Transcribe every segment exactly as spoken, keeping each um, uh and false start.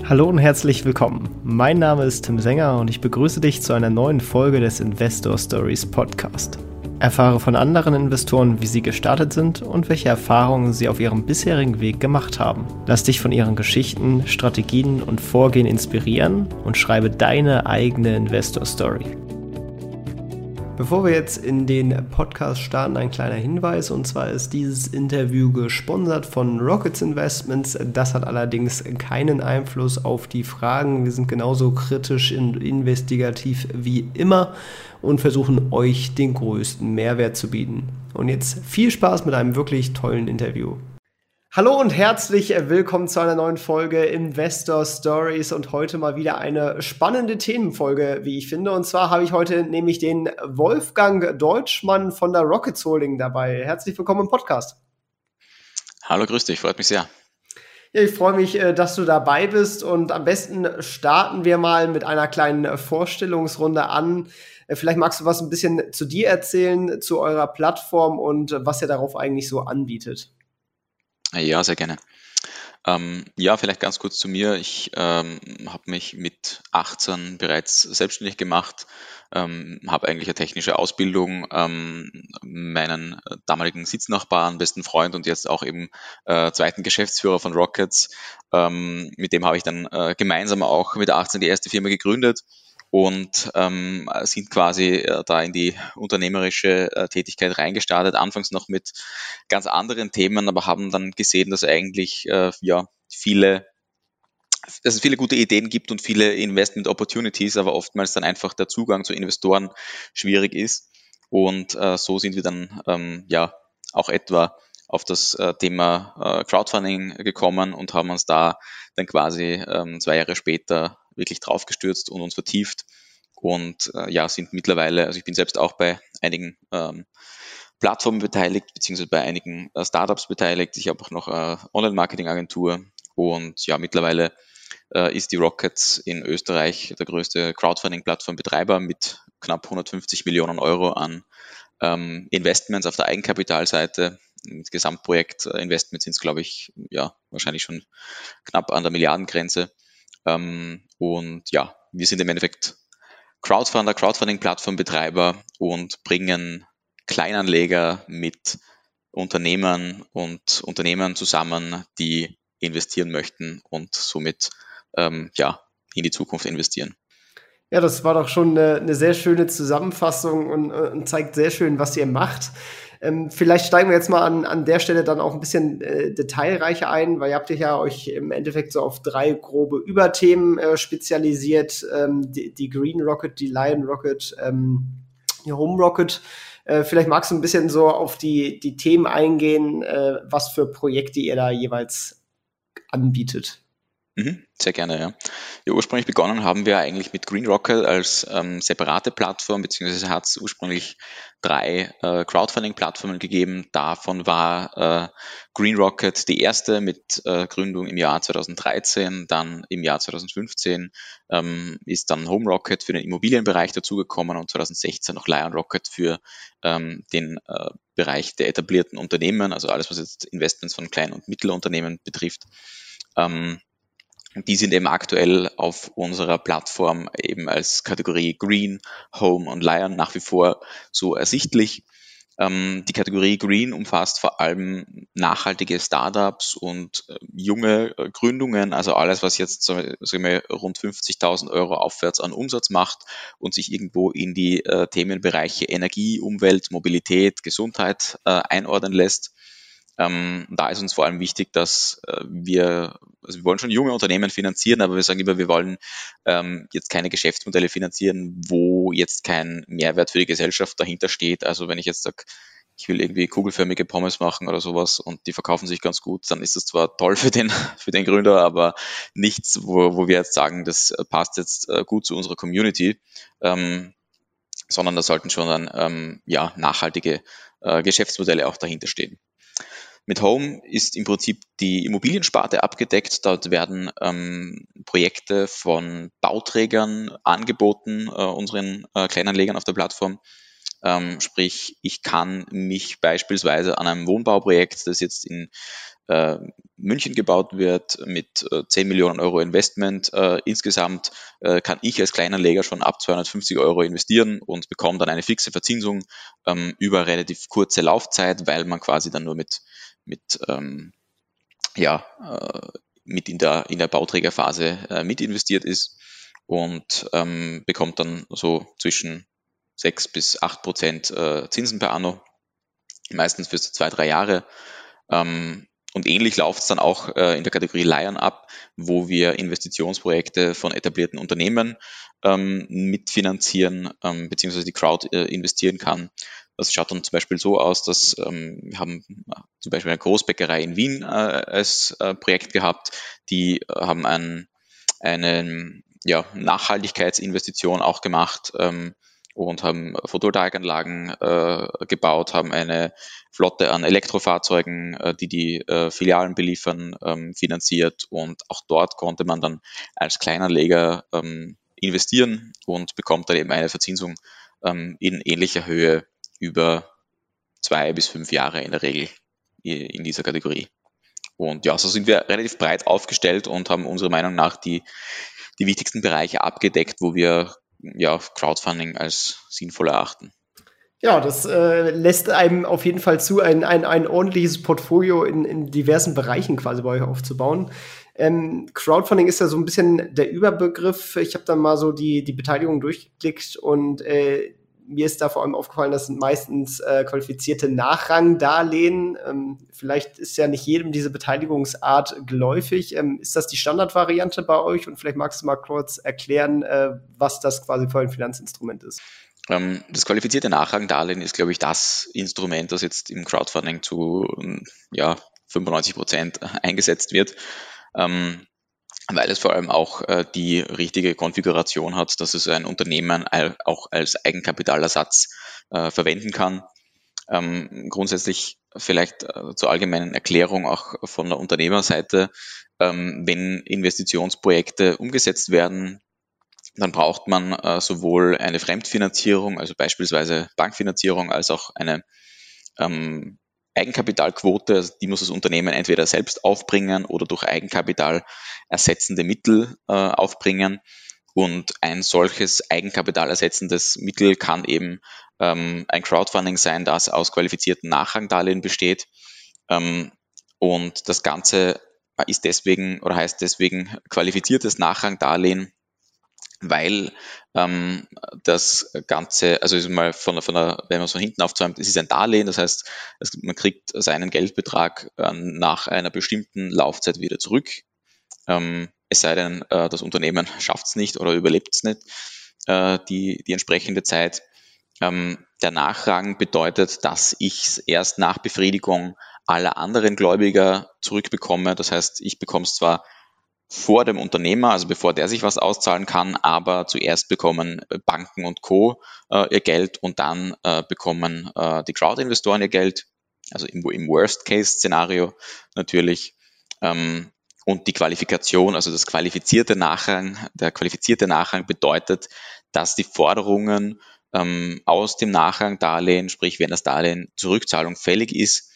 Hallo und herzlich willkommen. Mein Name ist Tim Sänger und ich begrüße dich zu einer neuen Folge des Investor Stories Podcast. Erfahre von anderen Investoren, wie sie gestartet sind und welche Erfahrungen sie auf ihrem bisherigen Weg gemacht haben. Lass dich von ihren Geschichten, Strategien und Vorgehen inspirieren und schreibe deine eigene Investor Story. Bevor wir jetzt in den Podcast starten, ein kleiner Hinweis, und zwar ist dieses Interview gesponsert von Rockets Investments. Das hat allerdings keinen Einfluss auf die Fragen. Wir sind genauso kritisch und investigativ wie immer und versuchen euch den größten Mehrwert zu bieten. Und jetzt viel Spaß mit einem wirklich tollen Interview. Hallo und herzlich willkommen zu einer neuen Folge Investor Stories und heute mal wieder eine spannende Themenfolge, wie ich finde. Und zwar habe ich heute nämlich den Wolfgang Deutschmann von der Rockets Holding dabei. Herzlich willkommen im Podcast. Hallo, grüß dich, freut mich sehr. Ja, ich freue mich, dass du dabei bist und am besten starten wir mal mit einer kleinen Vorstellungsrunde an. Vielleicht magst du was ein bisschen zu dir erzählen, zu eurer Plattform und was ihr darauf eigentlich so anbietet. Ja, sehr gerne. Ähm, ja, vielleicht ganz kurz zu mir. Ich ähm, habe mich mit achtzehn bereits selbstständig gemacht, ähm, habe eigentlich eine technische Ausbildung, ähm, meinen damaligen Sitznachbarn, besten Freund und jetzt auch eben äh, zweiten Geschäftsführer von Rockets. Ähm, mit dem habe ich dann äh, gemeinsam auch mit achtzehn die erste Firma gegründet. Und ähm, sind quasi äh, da in die unternehmerische äh, Tätigkeit reingestartet, anfangs noch mit ganz anderen Themen, aber haben dann gesehen, dass eigentlich äh, ja viele, dass es viele gute Ideen gibt und viele Investment Opportunities, aber oftmals dann einfach der Zugang zu Investoren schwierig ist. Und äh, so sind wir dann ähm, ja auch etwa auf das äh, Thema äh, Crowdfunding gekommen und haben uns da dann quasi ähm, zwei Jahre später wirklich draufgestürzt und uns vertieft und äh, ja, sind mittlerweile, also ich bin selbst auch bei einigen ähm, Plattformen beteiligt, beziehungsweise bei einigen äh, Startups beteiligt. Ich habe auch noch eine Online-Marketing-Agentur und ja, mittlerweile äh, ist die Rockets in Österreich der größte Crowdfunding-Plattform-Betreiber mit knapp hundertfünfzig Millionen Euro an ähm, Investments auf der Eigenkapitalseite. Mit Gesamtprojekt-Investments sind es, glaube ich, ja, wahrscheinlich schon knapp an der Milliardengrenze. Ähm, und ja, wir sind im Endeffekt Crowdfunder, Crowdfunding-Plattformbetreiber und bringen Kleinanleger mit Unternehmern und Unternehmern zusammen, die investieren möchten und somit ähm, ja, in die Zukunft investieren. Ja, das war doch schon eine, eine sehr schöne Zusammenfassung und, und zeigt sehr schön, was ihr macht. Ähm, vielleicht steigen wir jetzt mal an, an der Stelle dann auch ein bisschen äh, detailreicher ein, weil ihr habt ja euch im Endeffekt so auf drei grobe Überthemen äh, spezialisiert. Ähm, die, die Green Rocket, die Lion Rocket, ähm, die Home Rocket. Äh, vielleicht magst du ein bisschen so auf die, die Themen eingehen, äh, was für Projekte ihr da jeweils anbietet. Mhm, sehr gerne, ja. Ja. Ursprünglich begonnen haben wir eigentlich mit Green Rocket als ähm, separate Plattform, beziehungsweise hat es ursprünglich drei äh, Crowdfunding-Plattformen gegeben. Davon war äh, Green Rocket die erste mit äh, Gründung im Jahr zweitausenddreizehn, dann im Jahr zweitausendfünfzehn ähm, ist dann Home Rocket für den Immobilienbereich dazugekommen und zweitausendsechzehn noch Lion Rocket für ähm, den äh, Bereich der etablierten Unternehmen, also alles, was jetzt Investments von Klein- und Mittelunternehmen betrifft. Ähm, Die sind eben aktuell auf unserer Plattform eben als Kategorie Green, Home und Lion nach wie vor so ersichtlich. Ähm, die Kategorie Green umfasst vor allem nachhaltige Startups und äh, junge äh, Gründungen, also alles, was jetzt so, sagen wir, rund fünfzigtausend Euro aufwärts an Umsatz macht und sich irgendwo in die äh, Themenbereiche Energie, Umwelt, Mobilität, Gesundheit äh, einordnen lässt. Ähm, da ist uns vor allem wichtig, dass äh, wir, also wir wollen schon junge Unternehmen finanzieren, aber wir sagen immer, wir wollen ähm, jetzt keine Geschäftsmodelle finanzieren, wo jetzt kein Mehrwert für die Gesellschaft dahinter steht. Also wenn ich jetzt sage, ich will irgendwie kugelförmige Pommes machen oder sowas und die verkaufen sich ganz gut, dann ist das zwar toll für den, für den Gründer, aber nichts, wo, wo wir jetzt sagen, das passt jetzt äh, gut zu unserer Community, ähm, sondern da sollten schon dann ähm, ja, nachhaltige äh, Geschäftsmodelle auch dahinter stehen. Mit Home ist im Prinzip die Immobiliensparte abgedeckt. Dort werden ähm, Projekte von Bauträgern angeboten, äh, unseren äh, Kleinanlegern auf der Plattform. Ähm, sprich, ich kann mich beispielsweise an einem Wohnbauprojekt, das jetzt in äh, München gebaut wird, mit äh, zehn Millionen Euro Investment äh, insgesamt, äh, kann ich als Kleinanleger schon ab zweihundertfünfzig Euro investieren und bekomme dann eine fixe Verzinsung ähm, über relativ kurze Laufzeit, weil man quasi dann nur mit, mit ähm, ja, äh, mit in der, in der Bauträgerphase äh, mit investiert ist und ähm, bekommt dann so zwischen sechs bis acht Prozent äh, Zinsen per anno, meistens für so zwei, drei Jahre. Ähm, und ähnlich läuft es dann auch äh, in der Kategorie Leihen ab, wo wir Investitionsprojekte von etablierten Unternehmen ähm, mitfinanzieren, ähm, beziehungsweise die Crowd äh, investieren kann. Das schaut dann zum Beispiel so aus, dass ähm, wir haben äh, zum Beispiel eine Großbäckerei in Wien äh, als äh, Projekt gehabt, die äh, haben ein, eine ja, Nachhaltigkeitsinvestition auch gemacht, ähm, und haben Photovoltaikanlagen äh, gebaut, haben eine Flotte an Elektrofahrzeugen, äh, die die äh, Filialen beliefern, ähm, finanziert, und auch dort konnte man dann als Kleinanleger ähm, investieren und bekommt dann eben eine Verzinsung ähm, in ähnlicher Höhe über zwei bis fünf Jahre in der Regel in dieser Kategorie. Und ja, so sind wir relativ breit aufgestellt und haben unserer Meinung nach die, die wichtigsten Bereiche abgedeckt, wo wir ja, Crowdfunding als sinnvoll erachten. Ja, das äh, lässt einem auf jeden Fall zu, ein, ein, ein ordentliches Portfolio in, in diversen Bereichen quasi bei euch aufzubauen. Ähm, Crowdfunding ist ja so ein bisschen der Überbegriff. Ich habe dann mal so die, die Beteiligung durchgeklickt und äh, mir ist da vor allem aufgefallen, das sind meistens äh, qualifizierte Nachrangdarlehen. Ähm, vielleicht ist ja nicht jedem diese Beteiligungsart geläufig. Ähm, ist das die Standardvariante bei euch? Und vielleicht magst du mal kurz erklären, äh, was das quasi für ein Finanzinstrument ist. Das qualifizierte Nachrangdarlehen ist, glaube ich, das Instrument, das jetzt im Crowdfunding zu ja, fünfundneunzig Prozent eingesetzt wird, ähm, weil es vor allem auch äh, die richtige Konfiguration hat, dass es ein Unternehmen auch als Eigenkapitalersatz äh, verwenden kann. Ähm, grundsätzlich vielleicht äh, zur allgemeinen Erklärung auch von der Unternehmerseite, ähm, wenn Investitionsprojekte umgesetzt werden, dann braucht man äh, sowohl eine Fremdfinanzierung, also beispielsweise Bankfinanzierung, als auch eine ähm, Eigenkapitalquote. Also die muss das Unternehmen entweder selbst aufbringen oder durch Eigenkapital ersetzende Mittel äh, aufbringen. Und ein solches Eigenkapital ersetzendes Mittel kann eben ähm, ein Crowdfunding sein, das aus qualifizierten Nachrangdarlehen besteht. Ähm, und das Ganze ist deswegen oder heißt deswegen qualifiziertes Nachrangdarlehen, weil ähm, das Ganze, also ist mal von, von der, wenn man so hinten aufzäumt, es ist ein Darlehen, das heißt, es, man kriegt seinen Geldbetrag äh, nach einer bestimmten Laufzeit wieder zurück, ähm, es sei denn, äh, das Unternehmen schafft es nicht oder überlebt es nicht, äh, die, die entsprechende Zeit. Ähm, der Nachrang bedeutet, dass ich es erst nach Befriedigung aller anderen Gläubiger zurückbekomme, das heißt, ich bekomme es zwar vor dem Unternehmer, also bevor der sich was auszahlen kann, aber zuerst bekommen Banken und Co. Äh, ihr Geld und dann äh, bekommen äh, die Crowd-Investoren ihr Geld, also im, im Worst-Case-Szenario natürlich. Ähm, und die Qualifikation, also das qualifizierte Nachrang, der qualifizierte Nachrang bedeutet, dass die Forderungen ähm, aus dem Nachrangdarlehen, sprich wenn das Darlehen zur Rückzahlung fällig ist,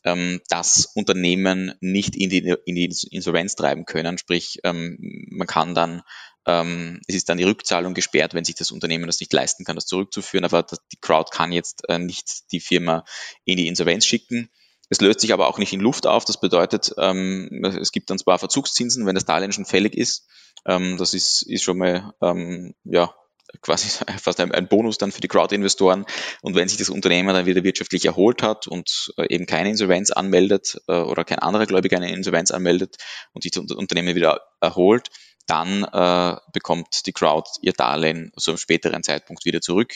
das Unternehmen nicht in die, in die Insolvenz treiben können. Sprich, man kann dann, es ist dann die Rückzahlung gesperrt, wenn sich das Unternehmen das nicht leisten kann, das zurückzuführen. Aber die Crowd kann jetzt nicht die Firma in die Insolvenz schicken. Es löst sich aber auch nicht in Luft auf. Das bedeutet, es gibt dann zwar Verzugszinsen, wenn das Darlehen schon fällig ist. Das ist, ist schon mal, ja, quasi fast ein, ein Bonus dann für die Crowd-Investoren. Und wenn sich das Unternehmen dann wieder wirtschaftlich erholt hat und äh, eben keine Insolvenz anmeldet äh, oder kein anderer Gläubiger eine Insolvenz anmeldet und sich das Unternehmen wieder erholt, dann äh, bekommt die Crowd ihr Darlehen zu einem späteren Zeitpunkt wieder zurück.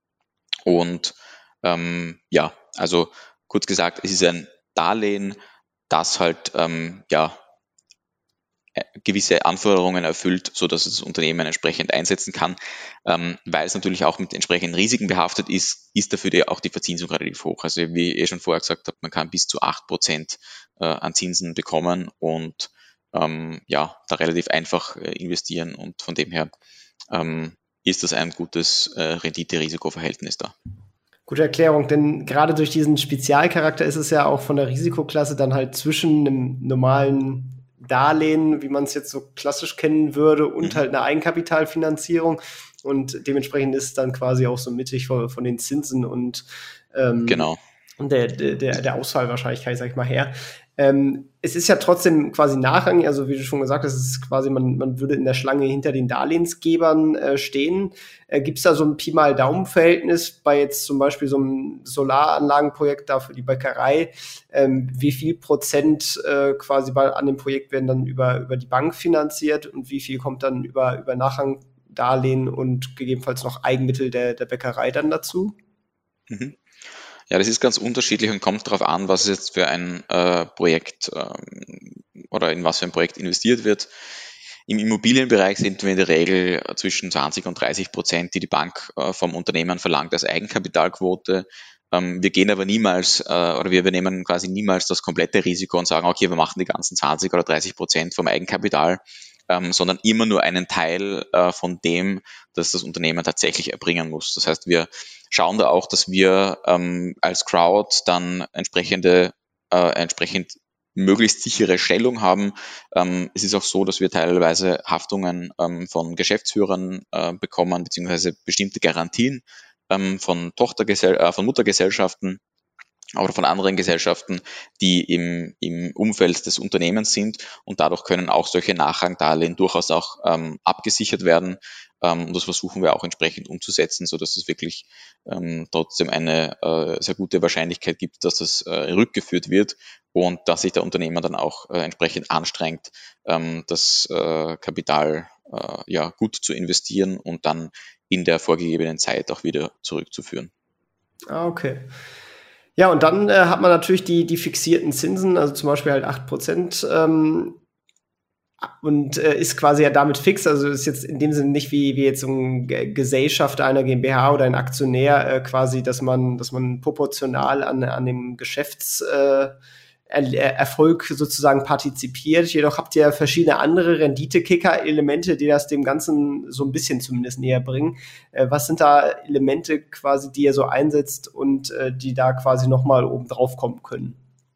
Und ähm, ja, also kurz gesagt, es ist ein Darlehen, das halt ähm, ja gewisse Anforderungen erfüllt, so dass das Unternehmen entsprechend einsetzen kann. Ähm, weil es natürlich auch mit entsprechenden Risiken behaftet ist, ist dafür die, auch die Verzinsung relativ hoch. Also wie ich eh schon vorher gesagt habe, man kann bis zu acht Prozent äh, an Zinsen bekommen und ähm, ja, da relativ einfach äh, investieren, und von dem her ähm, ist das ein gutes äh, Rendite-Risiko-Verhältnis da. Gute Erklärung, denn gerade durch diesen Spezialcharakter ist es ja auch von der Risikoklasse dann halt zwischen einem normalen Darlehen, wie man es jetzt so klassisch kennen würde, und Mhm. halt einer Eigenkapitalfinanzierung. Und dementsprechend ist es dann quasi auch so mittig von, von den Zinsen und ähm, Genau. der, der, der Ausfallwahrscheinlichkeit, sag ich mal, her. Ähm, es ist ja trotzdem quasi nachrangig, also wie du schon gesagt hast, es ist quasi, man, man würde in der Schlange hinter den Darlehensgebern äh, stehen. Äh, Gibt es da so ein Pi mal Daumen-Verhältnis bei jetzt zum Beispiel so einem Solaranlagenprojekt da für die Bäckerei? Ähm, wie viel Prozent äh, quasi bei, an dem Projekt werden dann über, über die Bank finanziert und wie viel kommt dann über, über Nachrangdarlehen und gegebenenfalls noch Eigenmittel der, der Bäckerei dann dazu? Mhm. Ja, das ist ganz unterschiedlich und kommt darauf an, was es jetzt für ein äh, Projekt ähm, oder in was für ein Projekt investiert wird. Im Immobilienbereich sind wir in der Regel zwischen zwanzig und dreißig Prozent, die die Bank äh, vom Unternehmen verlangt als Eigenkapitalquote. Ähm, wir gehen aber niemals äh, oder wir übernehmen quasi niemals das komplette Risiko und sagen, okay, wir machen die ganzen zwanzig oder dreißig Prozent vom Eigenkapital, ähm, sondern immer nur einen Teil äh, von dem, das das Unternehmen tatsächlich erbringen muss. Das heißt, wir schauen da auch, dass wir ähm, als Crowd dann entsprechende, äh, entsprechend möglichst sichere Stellung haben. Ähm, es ist auch so, dass wir teilweise Haftungen ähm, von Geschäftsführern äh, bekommen, beziehungsweise bestimmte Garantien ähm, von Tochtergesell äh, von Muttergesellschaften oder von anderen Gesellschaften, die im, im Umfeld des Unternehmens sind, und dadurch können auch solche Nachrangdarlehen durchaus auch ähm, abgesichert werden, ähm, und das versuchen wir auch entsprechend umzusetzen, sodass es wirklich ähm, trotzdem eine äh, sehr gute Wahrscheinlichkeit gibt, dass das äh, rückgeführt wird und dass sich der Unternehmer dann auch äh, entsprechend anstrengt, ähm, das äh, Kapital äh, ja gut zu investieren und dann in der vorgegebenen Zeit auch wieder zurückzuführen. Ah, okay. Ja, und dann äh, hat man natürlich die, die fixierten Zinsen, also zum Beispiel halt acht Prozent ähm, und äh, ist quasi ja damit fix. Also ist jetzt in dem Sinne nicht wie, wie jetzt so ein Ge- Gesellschafter einer GmbH oder ein Aktionär äh, quasi, dass man, dass man proportional an, an dem Geschäfts äh, Er- Erfolg sozusagen partizipiert. Jedoch habt ihr verschiedene andere Renditekicker-Elemente, die das dem Ganzen so ein bisschen zumindest näher bringen. Äh, was sind da Elemente quasi, die ihr so einsetzt und äh, die da quasi nochmal oben drauf kommen können?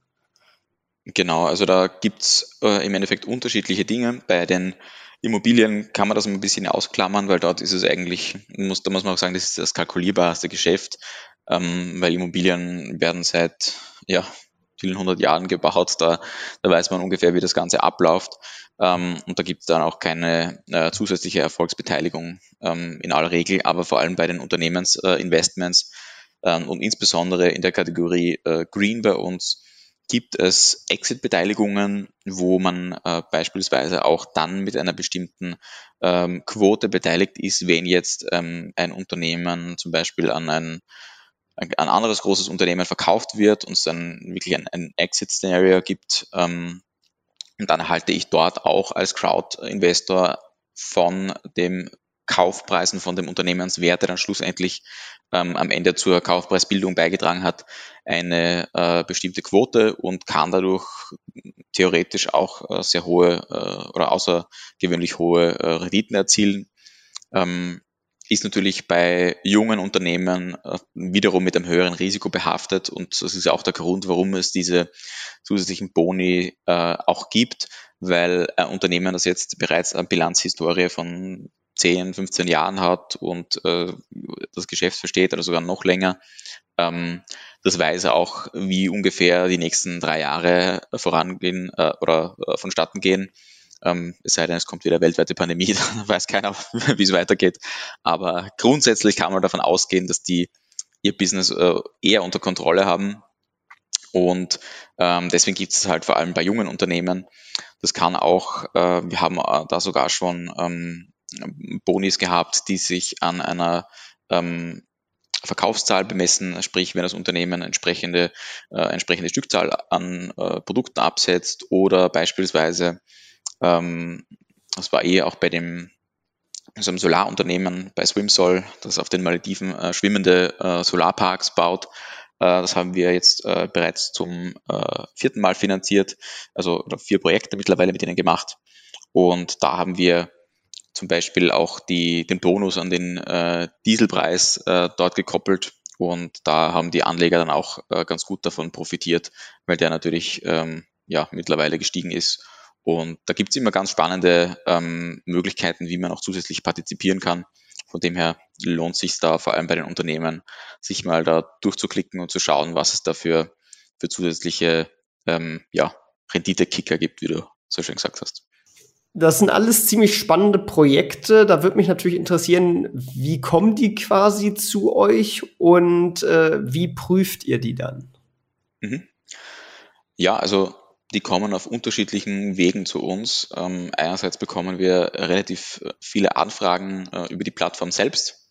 Genau, also da gibt's äh, im Endeffekt unterschiedliche Dinge. Bei den Immobilien kann man das ein bisschen ausklammern, weil dort ist es eigentlich, muss, da muss man auch sagen, das ist das kalkulierbarste Geschäft, ähm, weil Immobilien werden seit ja, vielen hundert Jahren gebaut, da, da weiß man ungefähr, wie das Ganze abläuft, ähm, und da gibt's dann auch keine äh, zusätzliche Erfolgsbeteiligung ähm, in aller Regel, aber vor allem bei den Unternehmensinvestments äh, ähm, und insbesondere in der Kategorie äh, Green bei uns gibt es Exit-Beteiligungen, wo man äh, beispielsweise auch dann mit einer bestimmten ähm, Quote beteiligt ist, wenn jetzt ähm, ein Unternehmen zum Beispiel an ein, ein anderes großes Unternehmen verkauft wird und es dann wirklich ein, ein Exit-Szenario gibt. Ähm, und dann erhalte ich dort auch als Crowd-Investor von dem Kaufpreisen von dem Unternehmenswert, der dann schlussendlich ähm, am Ende zur Kaufpreisbildung beigetragen hat, eine äh, bestimmte Quote und kann dadurch theoretisch auch äh, sehr hohe äh, oder außergewöhnlich hohe äh, Renditen erzielen. Ähm, ist natürlich bei jungen Unternehmen äh, wiederum mit einem höheren Risiko behaftet, und das ist ja auch der Grund, warum es diese zusätzlichen Boni äh, auch gibt, weil ein Unternehmen, das jetzt bereits eine Bilanzhistorie von zehn, fünfzehn Jahren hat und äh, das Geschäft versteht oder sogar noch länger, ähm, das weiß auch, wie ungefähr die nächsten drei Jahre vorangehen äh, oder äh, vonstatten gehen. Ähm, es sei denn, es kommt wieder weltweite Pandemie, dann weiß keiner, wie es weitergeht. Aber grundsätzlich kann man davon ausgehen, dass die ihr Business äh, eher unter Kontrolle haben. Und ähm, deswegen gibt es halt vor allem bei jungen Unternehmen. Das kann auch, äh, wir haben äh, da sogar schon ähm, Bonis gehabt, die sich an einer ähm, Verkaufszahl bemessen, sprich wenn das Unternehmen entsprechende, äh, entsprechende Stückzahl an äh, Produkten absetzt, oder beispielsweise, ähm, das war eh auch bei dem so einem Solarunternehmen bei Swimsol, das auf den Malediven äh, schwimmende äh, Solarparks baut. Äh, das haben wir jetzt äh, bereits zum äh, vierten Mal finanziert, also oder vier Projekte mittlerweile mit denen gemacht. Und da haben wir zum Beispiel auch die, den Bonus an den äh, Dieselpreis äh, dort gekoppelt. und da haben die Anleger dann auch äh, ganz gut davon profitiert, weil der natürlich ähm, ja mittlerweile gestiegen ist. Und da gibt es immer ganz spannende ähm, Möglichkeiten, wie man auch zusätzlich partizipieren kann. Von dem her lohnt sich da vor allem bei den Unternehmen, sich mal da durchzuklicken und zu schauen, was es da für, für zusätzliche ähm, ja, Rendite-Kicker gibt, wie du so schön gesagt hast. Das sind alles ziemlich spannende Projekte. Da würde mich natürlich interessieren, wie kommen die quasi zu euch und äh, wie prüft ihr die dann? Mhm. Ja, also die kommen auf unterschiedlichen Wegen zu uns. Ähm, einerseits bekommen wir relativ viele Anfragen äh, über die Plattform selbst.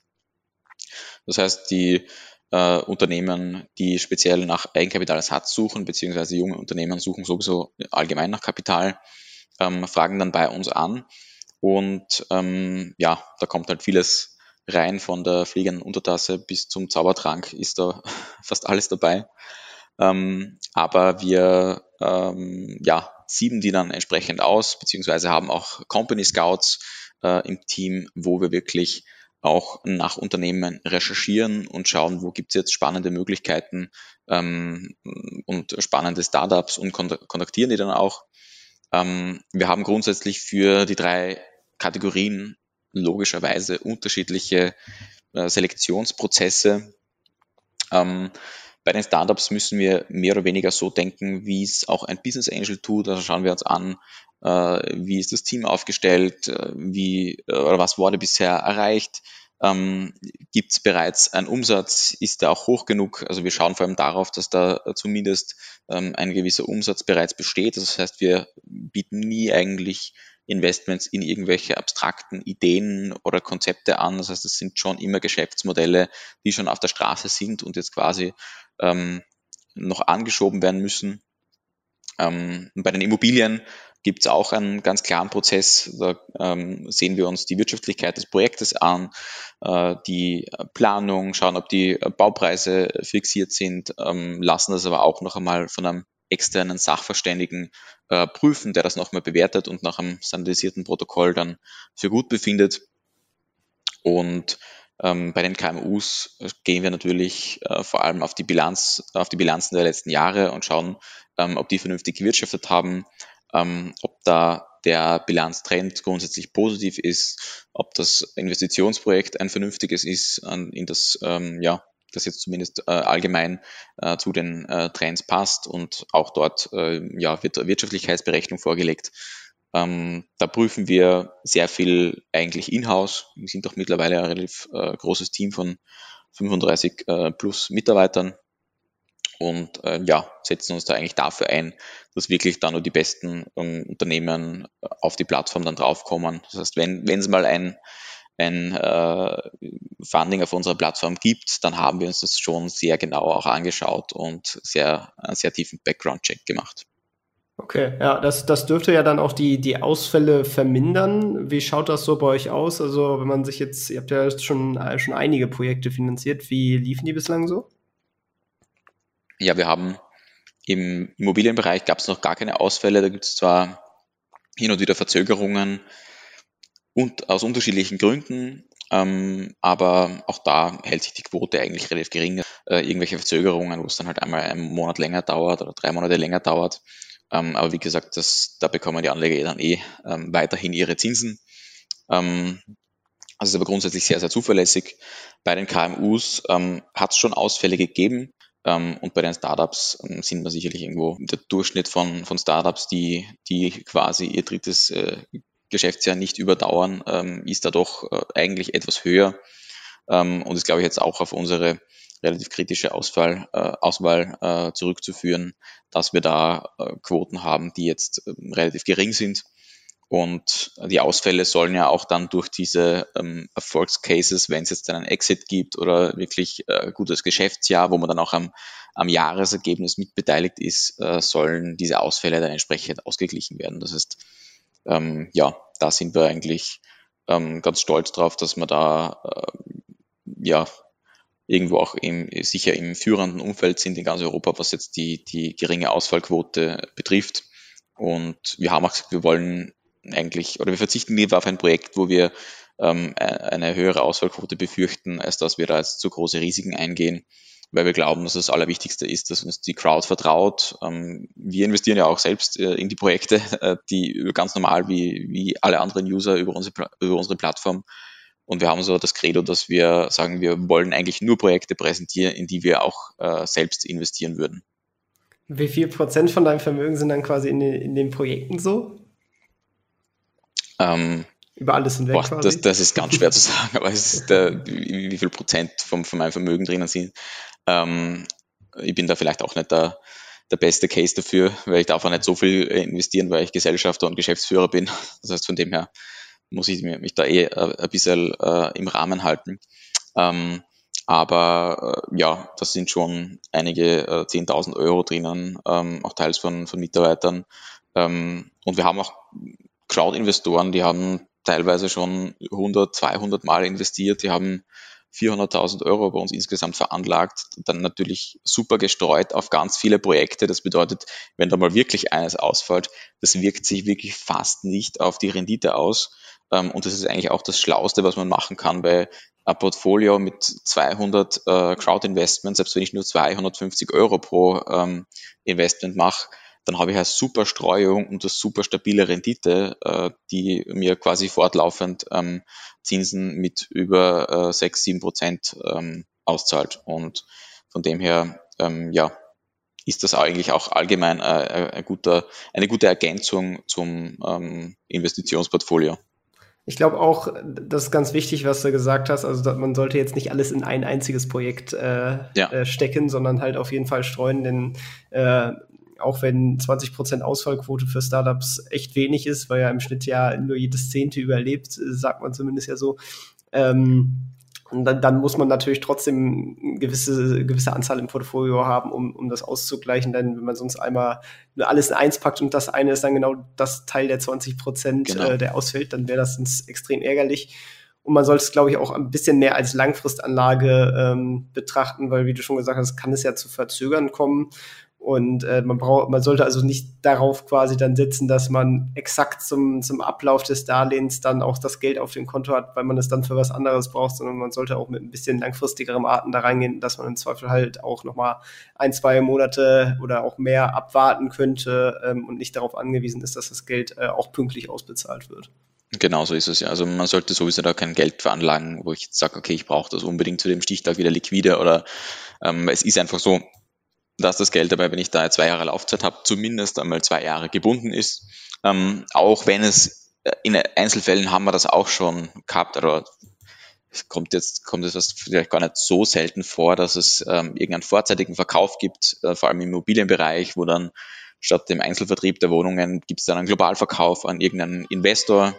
Das heißt, die äh, Unternehmen, die speziell nach Eigenkapitalersatz suchen, beziehungsweise junge Unternehmen suchen sowieso allgemein nach Kapital, ähm, fragen dann bei uns an. Und ähm, ja, da kommt halt vieles rein, von der fliegenden Untertasse bis zum Zaubertrank ist da fast alles dabei. Ähm, aber wir ähm, ja, sieben die dann entsprechend aus, beziehungsweise haben auch Company Scouts äh, im Team, wo wir wirklich auch nach Unternehmen recherchieren und schauen, wo gibt es jetzt spannende Möglichkeiten ähm, und spannende Startups und kontaktieren die dann auch. Ähm, wir haben grundsätzlich für die drei Kategorien logischerweise unterschiedliche äh, Selektionsprozesse. Ähm, bei den Startups müssen wir mehr oder weniger so denken, wie es auch ein Business Angel tut. Also schauen wir uns an, äh, wie ist das Team aufgestellt, äh, wie äh, oder was wurde bisher erreicht. Ähm, gibt es bereits einen Umsatz? Ist der auch hoch genug? Also wir schauen vor allem darauf, dass da zumindest ähm, ein gewisser Umsatz bereits besteht. Das heißt, wir bieten nie eigentlich Investments in irgendwelche abstrakten Ideen oder Konzepte an. Das heißt, es sind schon immer Geschäftsmodelle, die schon auf der Straße sind und jetzt quasi ähm, noch angeschoben werden müssen. Ähm, bei den Immobilien gibt es auch einen ganz klaren Prozess. Da ähm, sehen wir uns die Wirtschaftlichkeit des Projektes an, äh, die Planung, schauen, ob die Baupreise fixiert sind, ähm, lassen das aber auch noch einmal von einem externen Sachverständigen äh, prüfen, der das nochmal bewertet und nach einem standardisierten Protokoll dann für gut befindet. Und ähm, bei den K M Us gehen wir natürlich äh, vor allem auf die Bilanz, auf die Bilanzen der letzten Jahre und schauen, ähm, ob die vernünftig gewirtschaftet haben, ähm, ob da der Bilanztrend grundsätzlich positiv ist, ob das Investitionsprojekt ein vernünftiges ist, an, in das ähm, ja das jetzt zumindest äh, allgemein äh, zu den äh, Trends passt, und auch dort äh, ja wird Wirtschaftlichkeitsberechnung vorgelegt. Ähm, da prüfen wir sehr viel eigentlich in-house. Wir sind doch mittlerweile ein relativ äh, großes Team von fünfunddreißig äh, plus Mitarbeitern und äh, ja, setzen uns da eigentlich dafür ein, dass wirklich da nur die besten ähm, Unternehmen auf die Plattform dann draufkommen. Das heißt, wenn wenn es mal ein ein äh, Funding auf unserer Plattform gibt, dann haben wir uns das schon sehr genau auch angeschaut und sehr, einen sehr tiefen Background-Check gemacht. Okay, ja, das, das dürfte ja dann auch die, die Ausfälle vermindern. Wie schaut das so bei euch aus? Also, wenn man sich jetzt, ihr habt ja schon, äh, schon einige Projekte finanziert, wie liefen die bislang so? Ja, wir haben im Immobilienbereich gab es noch gar keine Ausfälle. Da gibt es zwar hin und wieder Verzögerungen und aus unterschiedlichen Gründen, ähm, aber auch da hält sich die Quote eigentlich relativ gering. Äh, irgendwelche Verzögerungen, wo es dann halt einmal einen Monat länger dauert oder drei Monate länger dauert. Ähm, aber wie gesagt, das, da bekommen die Anleger eh dann eh ähm, weiterhin ihre Zinsen. Ähm, das ist aber grundsätzlich sehr, sehr zuverlässig. Bei den K M Us ähm, hat es schon Ausfälle gegeben. Ähm, und bei den Startups ähm, sind wir sicherlich irgendwo der Durchschnitt von, von Startups, die, die quasi ihr drittes äh, Geschäftsjahr nicht überdauern, ähm, ist da doch äh, eigentlich etwas höher. Ähm, und ist, glaube ich, jetzt auch auf unsere relativ kritische Ausfall, äh, Auswahl äh, zurückzuführen, dass wir da äh, Quoten haben, die jetzt äh, relativ gering sind. Und die Ausfälle sollen ja auch dann durch diese ähm, Erfolgscases, wenn es jetzt dann einen Exit gibt oder wirklich äh, gutes Geschäftsjahr, wo man dann auch am, am Jahresergebnis mitbeteiligt ist, äh, sollen diese Ausfälle dann entsprechend ausgeglichen werden. Das heißt, ähm, ja, da sind wir eigentlich ähm, ganz stolz drauf, dass wir da äh, ja irgendwo auch im, sicher im führenden Umfeld sind in ganz Europa, was jetzt die, die geringe Ausfallquote betrifft. Und wir haben auch gesagt, wir wollen eigentlich, oder wir verzichten lieber auf ein Projekt, wo wir ähm, eine höhere Ausfallquote befürchten, als dass wir da jetzt zu große Risiken eingehen, weil wir glauben, dass das Allerwichtigste ist, dass uns die Crowd vertraut. Ähm, wir investieren ja auch selbst äh, in die Projekte, äh, die ganz normal wie, wie alle anderen User über unsere, über unsere Plattform. Und wir haben so das Credo, dass wir sagen, wir wollen eigentlich nur Projekte präsentieren, in die wir auch äh, selbst investieren würden. Wie viel Prozent von deinem Vermögen sind dann quasi in den, in den Projekten so? Ähm, Über alles hinweg boah, quasi? das, das ist ganz schwer zu sagen, aber es ist der, wie, wie viel Prozent von, von meinem Vermögen drinnen sind. Ähm, ich bin da vielleicht auch nicht der, der beste Case dafür, weil ich darf auch nicht so viel investieren, weil ich Gesellschafter und Geschäftsführer bin. Das heißt, von dem her muss ich mich da eh ein bisschen äh, im Rahmen halten. Ähm, aber äh, ja, das sind schon einige äh, zehntausend Euro drinnen, ähm, auch teils von, von Mitarbeitern. Ähm, und wir haben auch Crowd-Investoren, die haben teilweise schon hundert, zweihundert Mal investiert, die haben vierhunderttausend Euro bei uns insgesamt veranlagt, dann natürlich super gestreut auf ganz viele Projekte. Das bedeutet, wenn da mal wirklich eines ausfällt, das wirkt sich wirklich fast nicht auf die Rendite aus. Und das ist eigentlich auch das Schlauste, was man machen kann, weil ein Portfolio mit zweihundert äh, Crowd-Investments, selbst wenn ich nur zweihundertfünfzig Euro pro ähm, Investment mache, dann habe ich eine super Streuung und eine super stabile Rendite, äh, die mir quasi fortlaufend ähm, Zinsen mit über äh, sechs, sieben Prozent ähm, auszahlt. Und von dem her, ähm, ja, ist das eigentlich auch allgemein äh, ein guter, eine gute Ergänzung zum ähm, Investitionsportfolio. Ich glaube auch, das ist ganz wichtig, was du gesagt hast. Also man sollte jetzt nicht alles in ein einziges Projekt äh, Ja. äh, stecken, sondern halt auf jeden Fall streuen, denn äh, auch wenn zwanzig Prozent Ausfallquote für Startups echt wenig ist, weil ja im Schnitt ja nur jedes Zehnte überlebt, sagt man zumindest ja so, ähm, und dann, dann muss man natürlich trotzdem eine gewisse, gewisse Anzahl im Portfolio haben, um, um das auszugleichen. Denn wenn man sonst einmal nur alles in eins packt und das eine ist dann genau das Teil der zwanzig Prozent, Genau. äh, der ausfällt, dann wäre das extrem ärgerlich. Und man sollte es, glaube ich, auch ein bisschen mehr als Langfristanlage ähm, betrachten, weil, wie du schon gesagt hast, kann es ja zu Verzögern kommen. Und äh, man braucht, man sollte also nicht darauf quasi dann setzen, dass man exakt zum, zum Ablauf des Darlehens dann auch das Geld auf dem Konto hat, weil man es dann für was anderes braucht, sondern man sollte auch mit ein bisschen langfristigerem Arten da reingehen, dass man im Zweifel halt auch nochmal ein, zwei Monate oder auch mehr abwarten könnte ähm, und nicht darauf angewiesen ist, dass das Geld äh, auch pünktlich ausbezahlt wird. Genau so ist es ja. Also man sollte sowieso da kein Geld veranlagen, wo ich jetzt sage, okay, ich brauche das unbedingt zu dem Stichtag wieder liquide oder ähm, es ist einfach so, dass das Geld dabei, wenn ich da zwei Jahre Laufzeit habe, zumindest einmal zwei Jahre gebunden ist. Ähm, auch wenn es in Einzelfällen haben wir das auch schon gehabt, aber es kommt jetzt, kommt es vielleicht gar nicht so selten vor, dass es ähm, irgendeinen vorzeitigen Verkauf gibt, äh, vor allem im Immobilienbereich, wo dann statt dem Einzelvertrieb der Wohnungen gibt es dann einen Globalverkauf an irgendeinen Investor.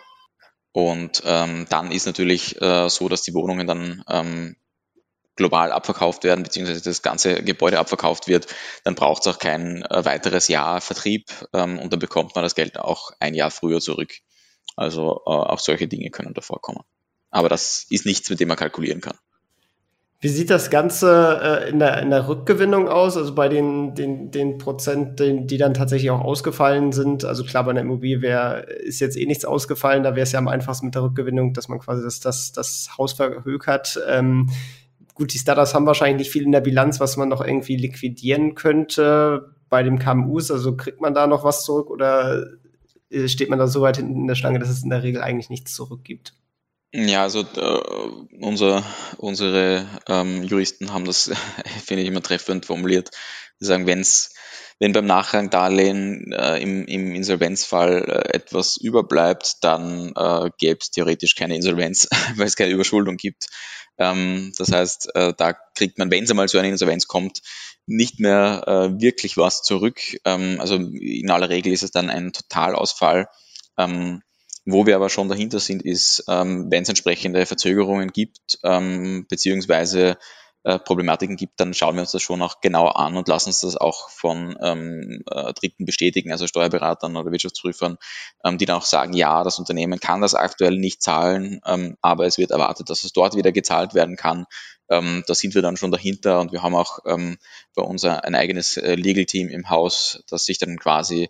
Und ähm, dann ist natürlich äh, so, dass die Wohnungen dann ähm, global abverkauft werden, beziehungsweise das ganze Gebäude abverkauft wird, dann braucht es auch kein äh, weiteres Jahr Vertrieb ähm, und dann bekommt man das Geld auch ein Jahr früher zurück. Also äh, auch solche Dinge können da vorkommen. Aber das ist nichts, mit dem man kalkulieren kann. Wie sieht das Ganze äh, in, der, in der Rückgewinnung aus? Also bei den, den, den Prozent, den, die dann tatsächlich auch ausgefallen sind. Also klar, bei einer Immobilie wär, ist jetzt eh nichts ausgefallen. Da wäre es ja am einfachsten mit der Rückgewinnung, dass man quasi das, das, das Haus verhökert. Ähm, Gut, die Startups haben wahrscheinlich nicht viel in der Bilanz, was man noch irgendwie liquidieren könnte. Bei den K M Us, also kriegt man da noch was zurück oder steht man da so weit hinten in der Schlange, dass es in der Regel eigentlich nichts zurückgibt? Ja, also äh, unser, unsere ähm, Juristen haben das, finde ich, immer treffend formuliert. Die sagen, wenn's, wenn beim Nachrangdarlehen äh, im, im Insolvenzfall äh, etwas überbleibt, dann äh, gäbe es theoretisch keine Insolvenz, weil es keine Überschuldung gibt. Ähm, das heißt, äh, da kriegt man, wenn es einmal zu einer Insolvenz kommt, nicht mehr äh, wirklich was zurück. Ähm, also in aller Regel ist es dann ein Totalausfall. Ähm, Wo wir aber schon dahinter sind, ist, ähm, wenn es entsprechende Verzögerungen gibt, ähm, beziehungsweise äh, Problematiken gibt, dann schauen wir uns das schon auch genau an und lassen uns das auch von ähm, äh, Dritten bestätigen, also Steuerberatern oder Wirtschaftsprüfern, ähm, die dann auch sagen, ja, das Unternehmen kann das aktuell nicht zahlen, ähm, aber es wird erwartet, dass es dort wieder gezahlt werden kann. Ähm, da sind wir dann schon dahinter und wir haben auch ähm, bei uns ein eigenes äh, Legal-Team im Haus, das sich dann quasi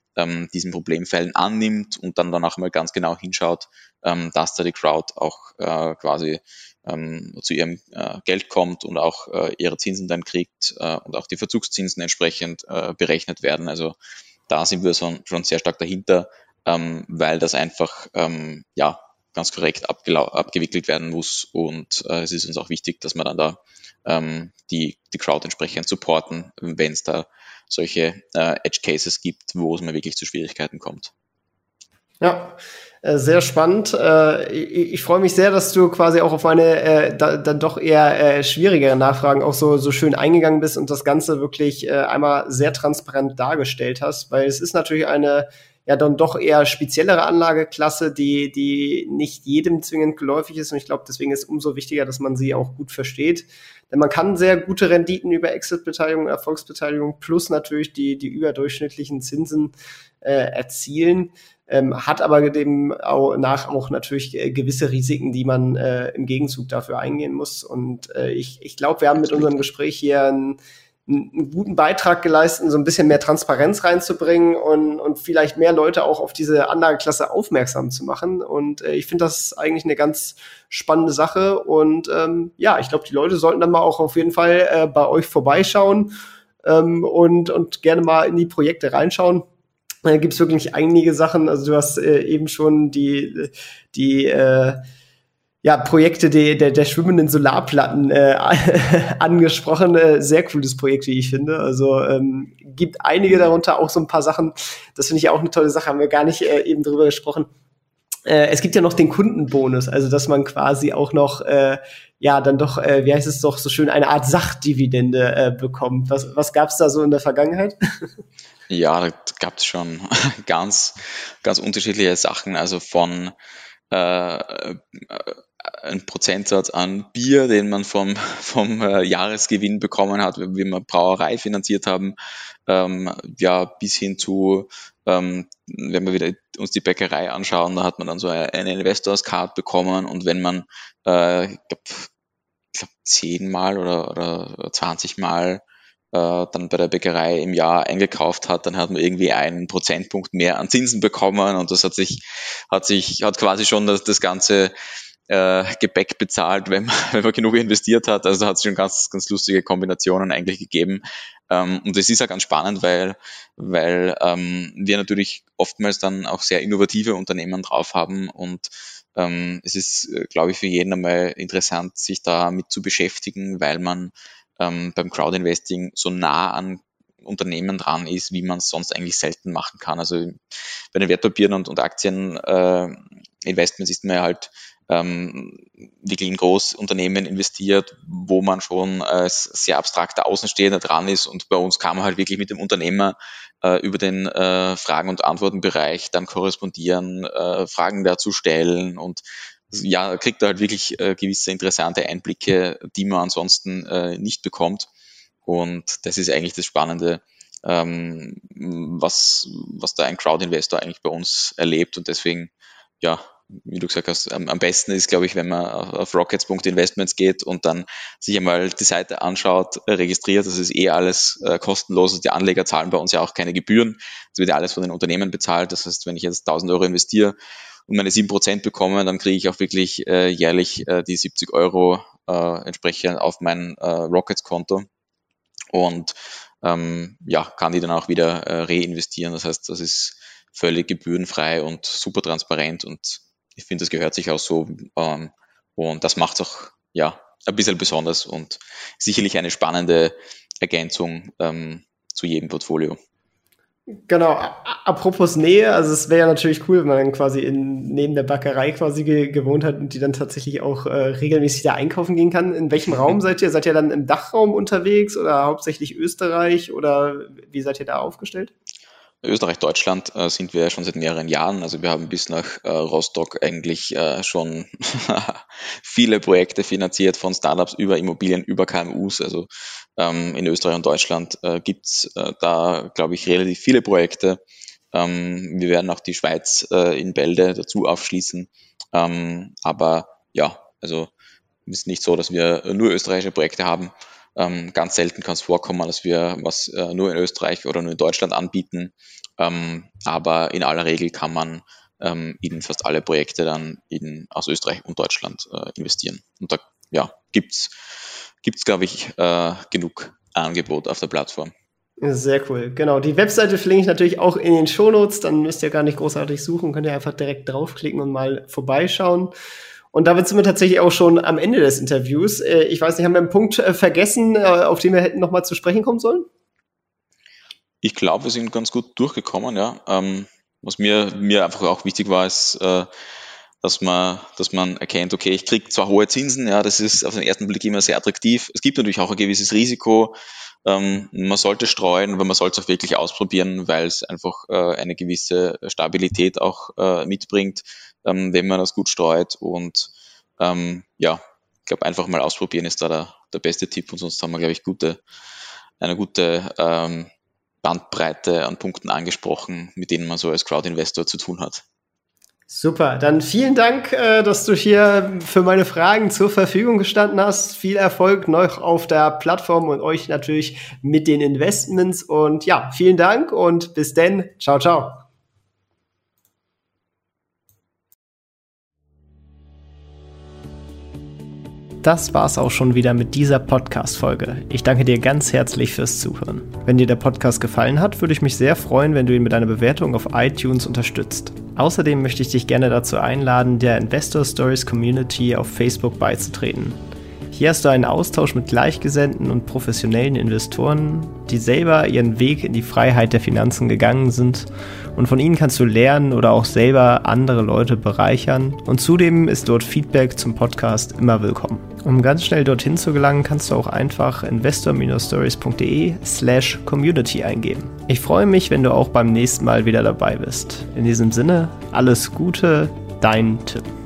ähm, diesen Problemfällen annimmt und dann danach mal ganz genau hinschaut, ähm, dass da die Crowd auch äh, quasi ähm, zu ihrem äh, Geld kommt und auch äh, ihre Zinsen dann kriegt äh, und auch die Verzugszinsen entsprechend äh, berechnet werden. Also da sind wir so, schon sehr stark dahinter, ähm, weil das einfach ähm, ja ganz korrekt abgewickelt werden muss und äh, es ist uns auch wichtig, dass wir dann da ähm, die, die Crowd entsprechend supporten, wenn es da solche äh, Edge Cases gibt, wo es mal wirklich zu Schwierigkeiten kommt. Ja, äh, sehr spannend. Äh, ich, ich freue mich sehr, dass du quasi auch auf meine äh, da, dann doch eher äh, schwierigere Nachfragen auch so, so schön eingegangen bist und das Ganze wirklich äh, einmal sehr transparent dargestellt hast, weil es ist natürlich eine ja dann doch eher speziellere Anlageklasse, die, die nicht jedem zwingend geläufig ist. Und ich glaube, deswegen ist umso wichtiger, dass man sie auch gut versteht. Denn man kann sehr gute Renditen über Exit-Beteiligung, Erfolgsbeteiligung plus natürlich die, die überdurchschnittlichen Zinsen äh, erzielen. Ähm, hat aber demnach auch natürlich äh, gewisse Risiken, die man äh, im Gegenzug dafür eingehen muss. Und äh, ich, ich glaube, wir haben mit unserem Gespräch hier einen, einen guten Beitrag geleistet, so ein bisschen mehr Transparenz reinzubringen und, und vielleicht mehr Leute auch auf diese Anlageklasse aufmerksam zu machen. Und äh, ich finde das eigentlich eine ganz spannende Sache. Und ähm, ja, ich glaube, die Leute sollten dann mal auch auf jeden Fall äh, bei euch vorbeischauen ähm, und, und gerne mal in die Projekte reinschauen. Da gibt's wirklich einige Sachen. Also du hast äh, eben schon die die äh, ja Projekte der der, der schwimmenden Solarplatten äh, angesprochen. Äh, sehr cooles Projekt, wie ich finde. Also ähm, gibt einige darunter auch so ein paar Sachen. Das finde ich auch eine tolle Sache. Haben wir gar nicht äh, eben drüber gesprochen. Äh, es gibt ja noch den Kundenbonus, also dass man quasi auch noch äh, ja dann doch äh, wie heißt es doch so schön eine Art Sachdividende äh, bekommt. Was was gab's da so in der Vergangenheit? Ja, da gab es schon ganz, ganz unterschiedliche Sachen. Also von äh, ein Prozentsatz an Bier, den man vom, vom äh, Jahresgewinn bekommen hat, wie wir Brauerei finanziert haben, ähm, ja, bis hin zu, ähm, wenn wir wieder uns die Bäckerei anschauen, da hat man dann so eine Investors Card bekommen und wenn man, äh, ich glaube, glaub, zehnmal oder, oder zwanzig Mal äh, dann bei der Bäckerei im Jahr eingekauft hat, dann hat man irgendwie einen Prozentpunkt mehr an Zinsen bekommen und das hat sich, hat sich, hat quasi schon das, das ganze äh, Gebäck bezahlt, wenn man, wenn man genug investiert hat. Also hat es schon ganz, ganz lustige Kombinationen eigentlich gegeben. Ähm, und es ist ja ganz spannend, weil, weil ähm, wir natürlich oftmals dann auch sehr innovative Unternehmen drauf haben und ähm, es ist, glaube ich, für jeden einmal interessant, sich damit zu beschäftigen, weil man ähm, beim Crowdinvesting so nah an Unternehmen dran ist, wie man es sonst eigentlich selten machen kann. Also bei den Wertpapieren und, und Aktien äh, Investments ist man ja halt ähm, wirklich in Großunternehmen investiert, wo man schon als sehr abstrakter Außenstehender dran ist und bei uns kann man halt wirklich mit dem Unternehmer äh, über den äh, Fragen- und Antwortenbereich dann korrespondieren, äh, Fragen dazu stellen und ja, kriegt er halt wirklich äh, gewisse interessante Einblicke, die man ansonsten äh, nicht bekommt. Und das ist eigentlich das Spannende, ähm, was, was da ein Crowd-Investor eigentlich bei uns erlebt. Und deswegen, ja, wie du gesagt hast, am, am besten ist, glaube ich, wenn man auf rockets Punkt investments geht und dann sich einmal die Seite anschaut, äh, registriert. Das ist eh alles äh, kostenlos. Die Anleger zahlen bei uns ja auch keine Gebühren. Das wird ja alles von den Unternehmen bezahlt. Das heißt, wenn ich jetzt tausend Euro investiere, und meine sieben Prozent bekomme, dann kriege ich auch wirklich äh, jährlich äh, die siebzig Euro äh, entsprechend auf mein äh, Rockets-Konto und ähm, ja, kann die dann auch wieder äh, reinvestieren. Das heißt, das ist völlig gebührenfrei und super transparent und ich finde, das gehört sich auch so ähm, und das macht es auch ja, ein bisschen besonders und sicherlich eine spannende Ergänzung ähm, zu jedem Portfolio. Genau, apropos Nähe, also es wäre ja natürlich cool, wenn man dann quasi in, neben der Bäckerei quasi ge gewohnt hat und die dann tatsächlich auch äh, regelmäßig da einkaufen gehen kann. In welchem Raum seid ihr? Seid ihr dann im Dachraum unterwegs oder hauptsächlich Österreich oder wie seid ihr da aufgestellt? Österreich, Deutschland äh, sind wir schon seit mehreren Jahren. Also wir haben bis nach äh, Rostock eigentlich äh, schon viele Projekte finanziert, von Startups über Immobilien, über K M Us. Also ähm, in Österreich und Deutschland äh, gibt's äh, da, glaube ich, relativ viele Projekte. Ähm, wir werden auch die Schweiz äh, in Bälde dazu aufschließen. Ähm, aber ja, also es ist nicht so, dass wir nur österreichische Projekte haben. Ähm, ganz selten kann es vorkommen, dass wir was äh, nur in Österreich oder nur in Deutschland anbieten. Ähm, aber in aller Regel kann man ähm, in fast alle Projekte dann in, aus Österreich und Deutschland äh, investieren. Und da ja, gibt's gibt's, glaube ich, äh, genug Angebot auf der Plattform. Sehr cool. Genau. Die Webseite verlinke ich natürlich auch in den Shownotes. Dann müsst ihr gar nicht großartig suchen. Könnt ihr einfach direkt draufklicken und mal vorbeischauen. Und damit sind wir tatsächlich auch schon am Ende des Interviews. Ich weiß nicht, haben wir einen Punkt vergessen, auf den wir hätten nochmal zu sprechen kommen sollen? Ich glaube, wir sind ganz gut durchgekommen, ja. Ähm, was mir, mir einfach auch wichtig war, ist, äh, dass man, dass man erkennt, okay, ich kriege zwar hohe Zinsen, ja, das ist auf den ersten Blick immer sehr attraktiv. Es gibt natürlich auch ein gewisses Risiko. Ähm, man sollte streuen, aber man sollte es auch wirklich ausprobieren, weil es einfach äh, eine gewisse Stabilität auch äh, mitbringt, ähm, wenn man das gut streut. Und ähm, ja, ich glaube, einfach mal ausprobieren ist da der, der beste Tipp. Und sonst haben wir, glaube ich, gute, eine gute ähm, Bandbreite an Punkten angesprochen, mit denen man so als Crowd-Investor zu tun hat. Super, dann vielen Dank, dass du hier für meine Fragen zur Verfügung gestanden hast. Viel Erfolg noch auf der Plattform und euch natürlich mit den Investments. Und ja, vielen Dank und bis dann. Ciao, ciao. Das war's auch schon wieder mit dieser Podcast-Folge. Ich danke dir ganz herzlich fürs Zuhören. Wenn dir der Podcast gefallen hat, würde ich mich sehr freuen, wenn du ihn mit einer Bewertung auf iTunes unterstützt. Außerdem möchte ich dich gerne dazu einladen, der Investor Stories Community auf Facebook beizutreten. Hier hast du einen Austausch mit Gleichgesinnten und professionellen Investoren, die selber ihren Weg in die Freiheit der Finanzen gegangen sind, und von ihnen kannst du lernen oder auch selber andere Leute bereichern, und zudem ist dort Feedback zum Podcast immer willkommen. Um ganz schnell dorthin zu gelangen, kannst du auch einfach investor-stories.de slash community eingeben. Ich freue mich, wenn du auch beim nächsten Mal wieder dabei bist. In diesem Sinne, alles Gute, dein Tim.